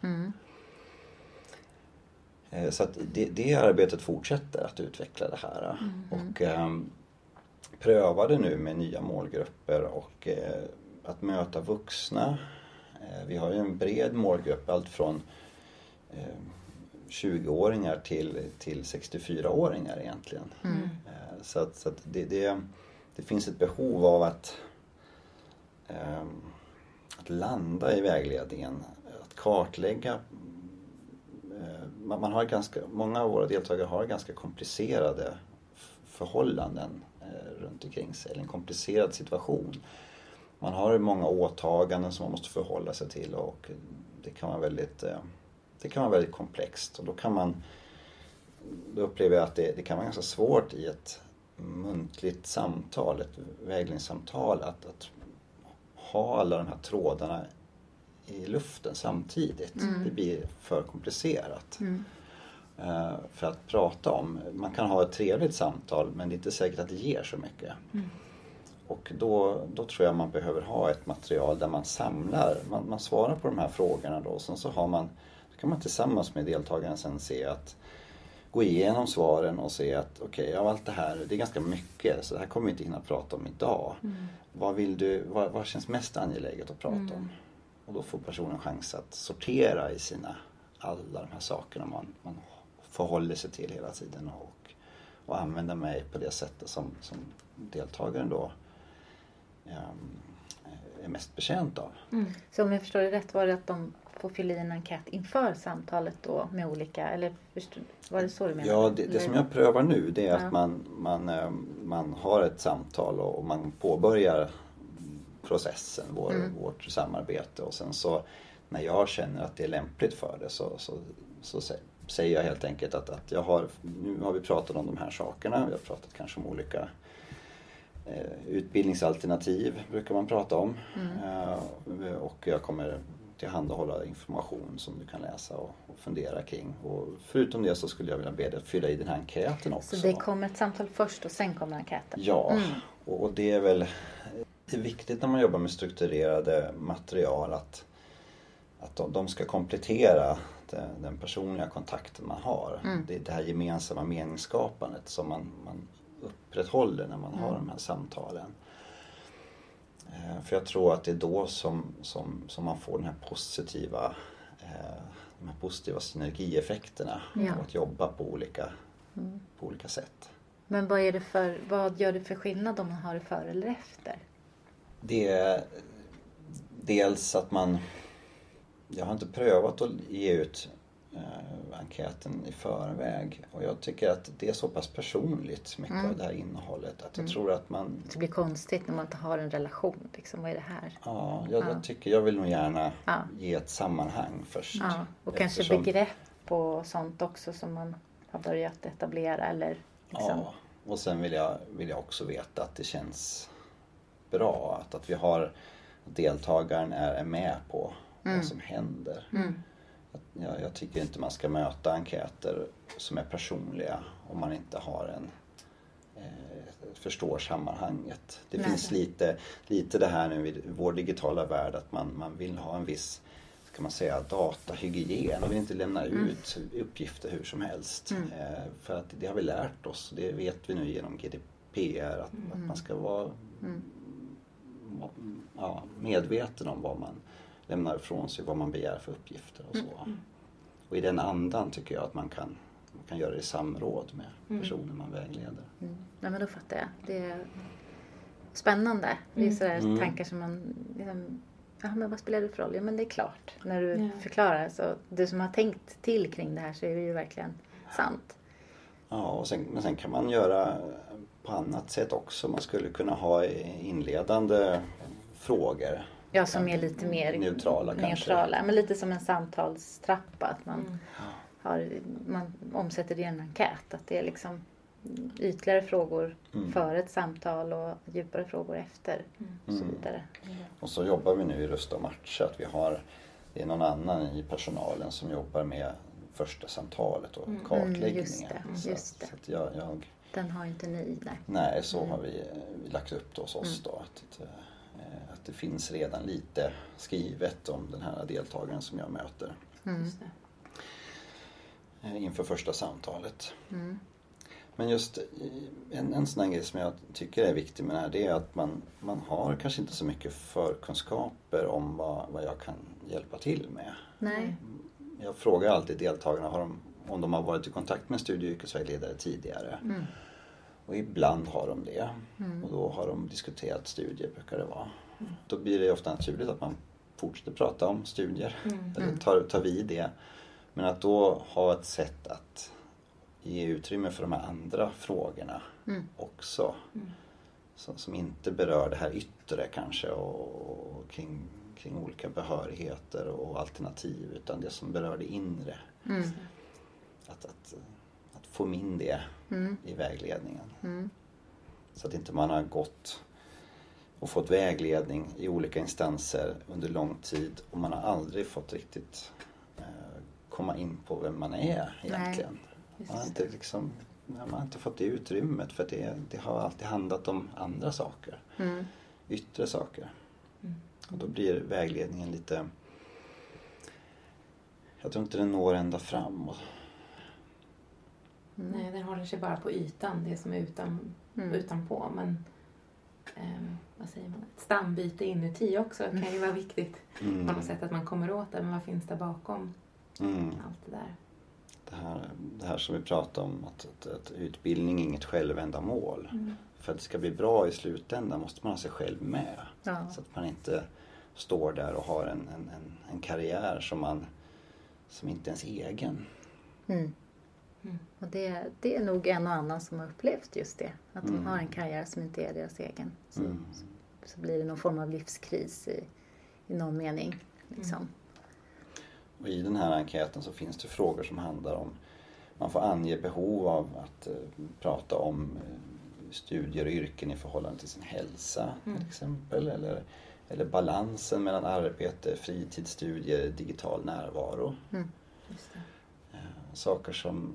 Så att det arbetet fortsätter att utveckla det här. Och prövade nu med nya målgrupper och att möta vuxna. Vi har ju en bred målgrupp, allt från 20-åringar till 64-åringar egentligen. Så att det finns ett behov av att landa i vägledningen, att kartlägga. Många av våra deltagare har ganska komplicerade förhållanden runt omkring sig, eller en komplicerad situation. man har många åtaganden som man måste förhålla sig till och det kan vara väldigt komplext. Och då upplever jag att det kan vara ganska svårt i ett muntligt samtal, ett vägledningssamtal att ha alla de här trådarna i luften samtidigt. Det blir för komplicerat. För att prata om. Man kan ha ett trevligt samtal men det är inte säkert att det ger så mycket. Och då tror jag man behöver ha ett material där man samlar, man svarar på de här frågorna då. Och sen så kan man tillsammans med deltagaren sen gå igenom svaren och se att okej, av allt det här, det är ganska mycket så det här kommer vi inte hinna prata om idag. Vad känns mest angeläget att prata om? Och då får personen chans att sortera i alla de här sakerna man förhåller sig till hela tiden och använda mig på det sättet som deltagaren då är mest betjänt av. Så om jag förstår det rätt var det att de får fylla i en enkät inför samtalet då med olika, eller var det så du menar? Ja, det som jag prövar nu det är att man har ett samtal och man påbörjar processen, vårt samarbete och sen så när jag känner att det är lämpligt för det så säger jag helt enkelt att nu har vi pratat om de här sakerna, vi har pratat kanske om olika utbildningsalternativ brukar man prata om och jag kommer tillhandahålla information som du kan läsa och fundera kring. Och förutom det så skulle jag vilja be dig att fylla i den här enkäten också. Så det kommer ett samtal först och sen kommer enkäten? Ja, och det är väl viktigt när man jobbar med strukturerade material att de ska komplettera den personliga kontakten man har. Det är det här gemensamma meningsskapandet som man upprätthåller när man har de här samtalen. För jag tror att det är då som man får de här positiva synergieffekterna av att jobba på olika sätt. Men vad gör det för skillnad om man har det före eller efter? Det är dels att jag har inte prövat att ge ut enkäten i förväg och jag tycker att det är så pass personligt mycket av det här innehållet att jag tror att det blir konstigt när man inte har en relation liksom, vad är det här? Ja, jag vill nog gärna ge ett sammanhang först. Ja, och kanske begrepp och sånt också som man har börjat etablera eller liksom. Ja, och sen vill jag också veta att det känns bra att vi har deltagaren är med på vad som händer. Jag tycker inte man ska möta enkäter som är personliga om man inte har förstår sammanhanget. Det finns lite det här nu i vår digitala värld att man vill ha en viss, kan man säga, datahygien. Man vill inte lämna ut uppgifter hur som helst. För att det har vi lärt oss. Det vet vi nu genom GDPR att man ska vara medveten om vad man lämnar ifrån sig, vad man begär för uppgifter och så. Och i den andan tycker jag att man kan göra det i samråd med personen man vägleder. Ja, men då fattar jag. Det är spännande. Det är sådär tankar som man liksom, men vad spelar det för roll? Ja, men det är klart. När du förklarar så det som har tänkt till kring det här så är det ju verkligen sant. Ja, men sen kan man göra på annat sätt också. Man skulle kunna ha inledande frågor. Ja, som är lite mer neutrala. Men lite som en samtalstrappa. Att man omsätter det i en enkät. Att det är liksom ytligare frågor före ett samtal och djupare frågor efter. Och så vidare. Och så jobbar vi nu i Rusta och matcha. Att det är någon annan i personalen som jobbar med första samtalet och kartläggningen. Just det. Så att den har inte ni där. Nej, så har vi lagt upp det hos oss då. Att det finns redan lite skrivet om den här deltagaren som jag möter. Inför första samtalet. Men just en sån här grej som jag tycker är viktig med det här, det är att man har kanske inte så mycket förkunskaper om vad jag kan hjälpa till med. Nej. Jag frågar alltid deltagarna om de har varit i kontakt med studie- och yrkesvägledare tidigare. Och ibland har de det. Och då har de diskuterat studier, brukar det vara. Då blir det ofta naturligt att man fortsätter prata om studier. Eller tar vid det. Men att då ha ett sätt att ge utrymme för de här andra frågorna också. som inte berör det här yttre kanske och kring olika behörigheter och alternativ, utan det som berör det inre. Att få in det i vägledningen. Så att inte man har gått och fått vägledning i olika instanser under lång tid och man har aldrig fått riktigt komma in på vem man är egentligen. Man har inte fått det utrymmet, för det har alltid handlat om andra saker. Yttre saker. Och då blir vägledningen lite... Jag tror inte den når ända fram. Nej, den håller sig bara på ytan, det som är utanpå. Men vad säger man? Ett stambyte inuti också kan ju vara viktigt. På något sätt att man kommer åt det, men vad finns där bakom allt det där? Det här som vi pratar om, att utbildning är inget självändamål. För att det ska bli bra i slutändan måste man ha sig själv med. Ja. Så att man inte står där och har en karriär som inte ens egen. Och det är nog en och annan som har upplevt just det. Att de har en karriär som inte är deras egen. Så blir det någon form av livskris i någon mening. Liksom. Och i den här enkäten så finns det frågor som handlar om, man får ange behov av att prata om studier och yrken i förhållande till sin hälsa till exempel. Eller balansen mellan arbete, fritidsstudier, digital närvaro. Just det. Saker som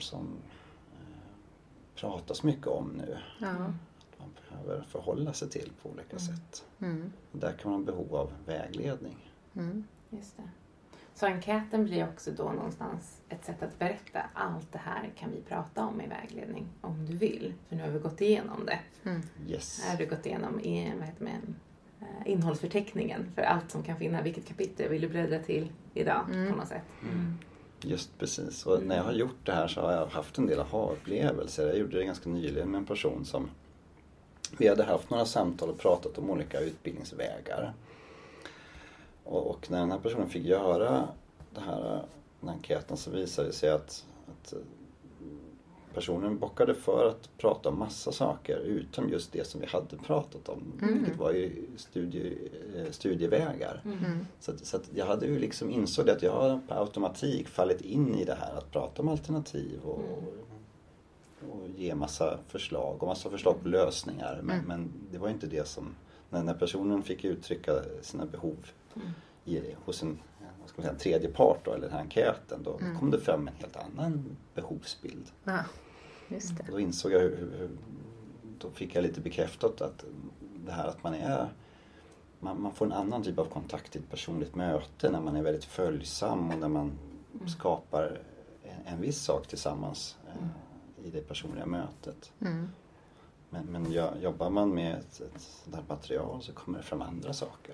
pratas mycket om nu. Ja. Att man behöver förhålla sig till på olika sätt. Och där kan man ha behov av vägledning. Just det. Så enkäten blir också då någonstans ett sätt att berätta, allt det här kan vi prata om i vägledning om du vill. För nu har vi gått igenom det. Yes. Här har du gått igenom innehållsförteckningen för allt som kan finnas. Vilket kapitel vill du bläddra till idag på något sätt? Just precis. Och när jag har gjort det här så har jag haft en del aha-upplevelser. Jag gjorde det ganska nyligen med en person som... Vi hade haft några samtal och pratat om olika utbildningsvägar. Och när den här personen fick göra den här enkäten så visade det sig att personen bockade för att prata om massa saker utom just det som vi hade pratat om. Vilket var ju studievägar. Så att jag hade ju liksom insåg att jag har på automatik fallit in i det här att prata om alternativ och ge massa förslag på lösningar. Men det var inte det som, när personen fick uttrycka sina behov hos en tredje part då, eller den här enkäten, då kom det fram en helt annan behovsbild. Ja, just det. Och då insåg jag då fick jag lite bekräftat att det här att man får en annan typ av kontakt i ett personligt möte när man är väldigt följsam och när man skapar en viss sak tillsammans i det personliga mötet. Men jobbar man med ett sådant här material så kommer det fram andra saker.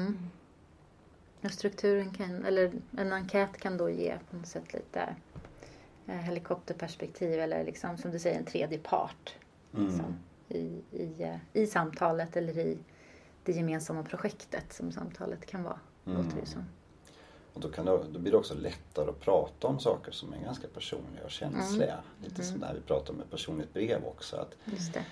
Och strukturen eller en enkät kan då ge på något sätt lite helikopterperspektiv eller liksom, som du säger, en tredje part liksom, i samtalet eller i det gemensamma projektet som samtalet kan vara. Låter det som. Och då blir det också lättare att prata om saker som är ganska personliga och känsliga. Lite som där vi pratar om ett personligt brev också. Just det.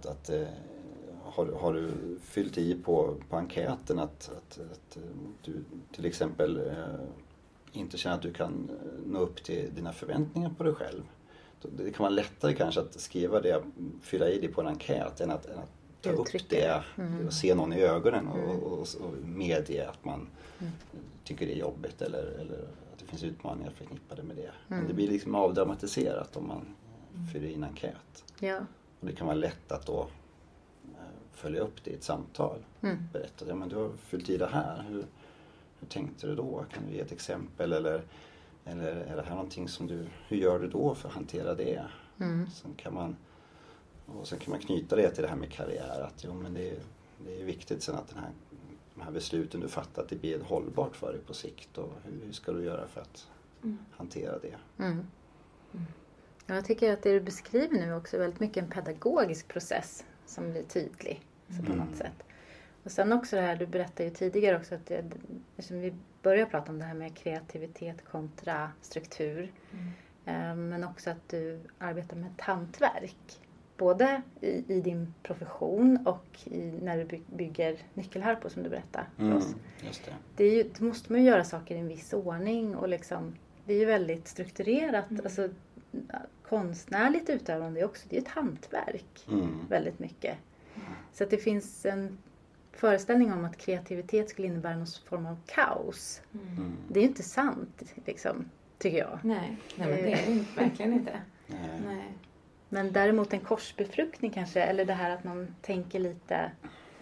Har du fyllt i på enkäten att du till exempel inte känner att du kan nå upp till dina förväntningar på dig själv. Det kan vara lättare kanske att skriva det, fylla i det på en enkät än att ta upp det och se någon i ögonen och medge att man tycker det är jobbigt eller att det finns utmaningar förknippade med det. Men det blir liksom avdramatiserat om man fyller i en enkät. Ja. Och det kan vara lätt att då följa upp det i ett samtal. Berätta, men du har fyllt i det här. Hur tänkte du då? Kan du ge ett exempel? Eller är det här någonting som hur gör du då för att hantera det? Sen kan man knyta det till det här med karriär. Att men det är viktigt sen att de här besluten du fattat, det blir hållbart för dig på sikt. Och hur ska du göra för att hantera det? Ja, jag tycker att det du beskriver nu också är väldigt mycket en pedagogisk process som blir tydlig på något sätt. Och sen också det här, du berättade ju tidigare också att eftersom vi börjar prata om det här med kreativitet kontra struktur. Men också att du arbetar med ett hantverk både i din profession och när du bygger nyckelharpor som du berättade för oss. Just det. Då måste man ju göra saker i en viss ordning och liksom, det är ju väldigt strukturerat. Alltså, konstnärligt utövande också, det är ett hantverk väldigt mycket. Så att det finns en föreställning om att kreativitet skulle innebära någon form av kaos. Det är ju inte sant, liksom, tycker jag. Nej, men det är det verkligen inte. Nej. Men däremot en korsbefruktning kanske, eller det här att man tänker lite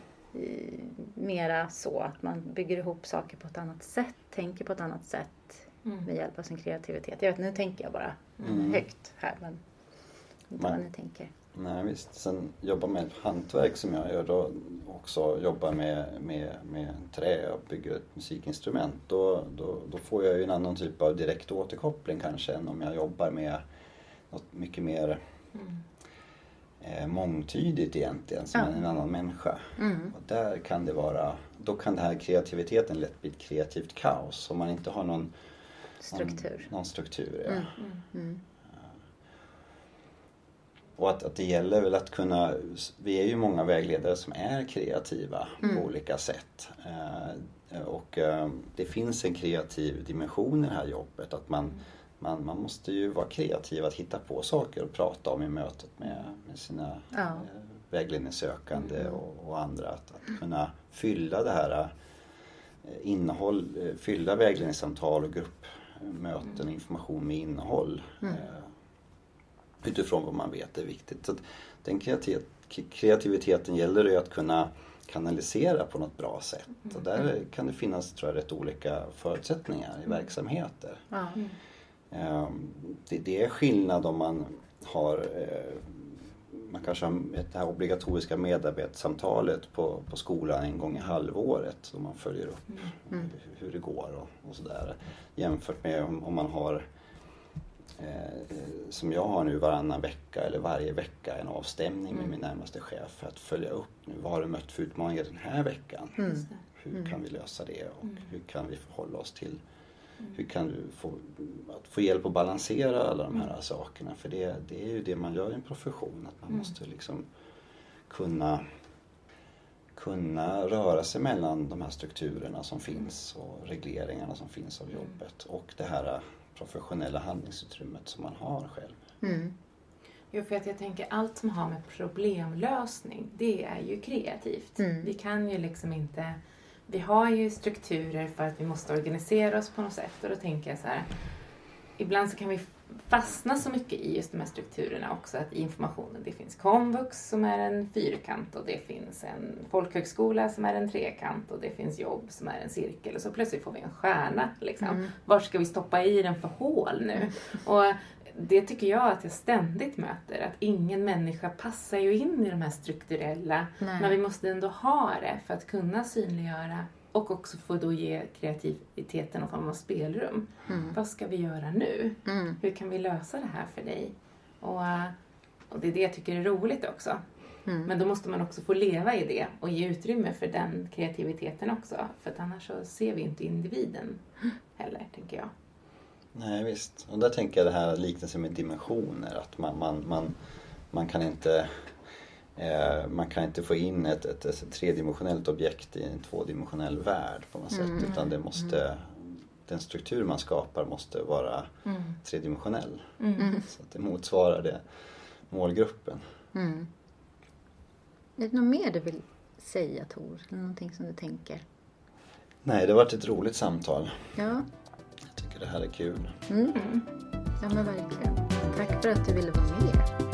mera så, att man bygger ihop saker på ett annat sätt, tänker på ett annat sätt med hjälp av sin kreativitet. Jag vet, nu tänker jag bara högt här, men inte vad ni tänker. Nej visst, sen jobba med ett hantverk som jag gör, då också jobba med trä och bygga ett musikinstrument, då får jag ju en annan typ av direkt återkoppling kanske än om jag jobbar med något mycket mer mångtydigt egentligen, som en annan människa. Och där kan det vara, då kan det här kreativiteten lätt bli ett kreativt kaos om man inte har någon struktur. Och att det gäller väl att kunna, vi är ju många vägledare som är kreativa på olika sätt. Och det finns en kreativ dimension i det här jobbet, att man måste ju vara kreativ att hitta på saker och prata om i mötet med sina vägledningssökande och andra. Att kunna fylla det här fylla vägledningssamtal och gruppmöten, information med innehåll. Utifrån vad man vet är viktigt. Så att den kreativiteten gäller det att kunna kanalisera på något bra sätt. Och där kan det finnas, tror jag, rätt olika förutsättningar i verksamheter. Det är skillnad om man har man kanske har det här obligatoriska medarbetarsamtalet på skolan en gång i halvåret, då man följer upp hur det går och sådär, jämfört med om man har som jag har nu varannan vecka eller varje vecka en avstämning med min närmaste chef för att följa upp nu, vad har du mött för utmaningar den här veckan? Hur kan vi lösa det och hur kan vi förhålla oss till, hur kan du få hjälp att balansera alla de här sakerna, för det är ju det man gör i en profession, att man måste liksom kunna röra sig mellan de här strukturerna som finns och regleringarna som finns av jobbet och det här professionella handlingsutrymmet som man har själv. Jo, för att jag tänker allt som har med problemlösning, det är ju kreativt. Vi kan ju liksom inte, vi har ju strukturer för att vi måste organisera oss på något sätt, och då tänker jag så här, ibland så kan vi fastna så mycket i just de här strukturerna också, att i informationen, det finns komvux som är en fyrkant och det finns en folkhögskola som är en trekant och det finns jobb som är en cirkel, och så plötsligt får vi en stjärna liksom. Var ska vi stoppa i den för hål nu? Och det tycker jag att jag ständigt möter, att ingen människa passar ju in i de här strukturella, men vi måste ändå ha det för att kunna synliggöra och också få då ge kreativiteten någon form av spelrum. Vad ska vi göra nu? Hur kan vi lösa det här för dig? Och det är det jag tycker är roligt också. Men då måste man också få leva i det och ge utrymme för den kreativiteten också. För att annars så ser vi inte individen heller, tänker jag. Nej visst, och där tänker jag det här liknelsen med dimensioner, att man kan inte få in ett tredimensionellt objekt i en tvådimensionell värld på något sätt, utan det måste, den struktur man skapar måste vara tredimensionell, så att det motsvarar det målgruppen. Är det något mer du vill säga, Tor? Någonting som du tänker? Nej, det har varit ett roligt samtal. Ja. Jag tycker det här är kul. Ja, men verkligen. Tack för att du ville vara med.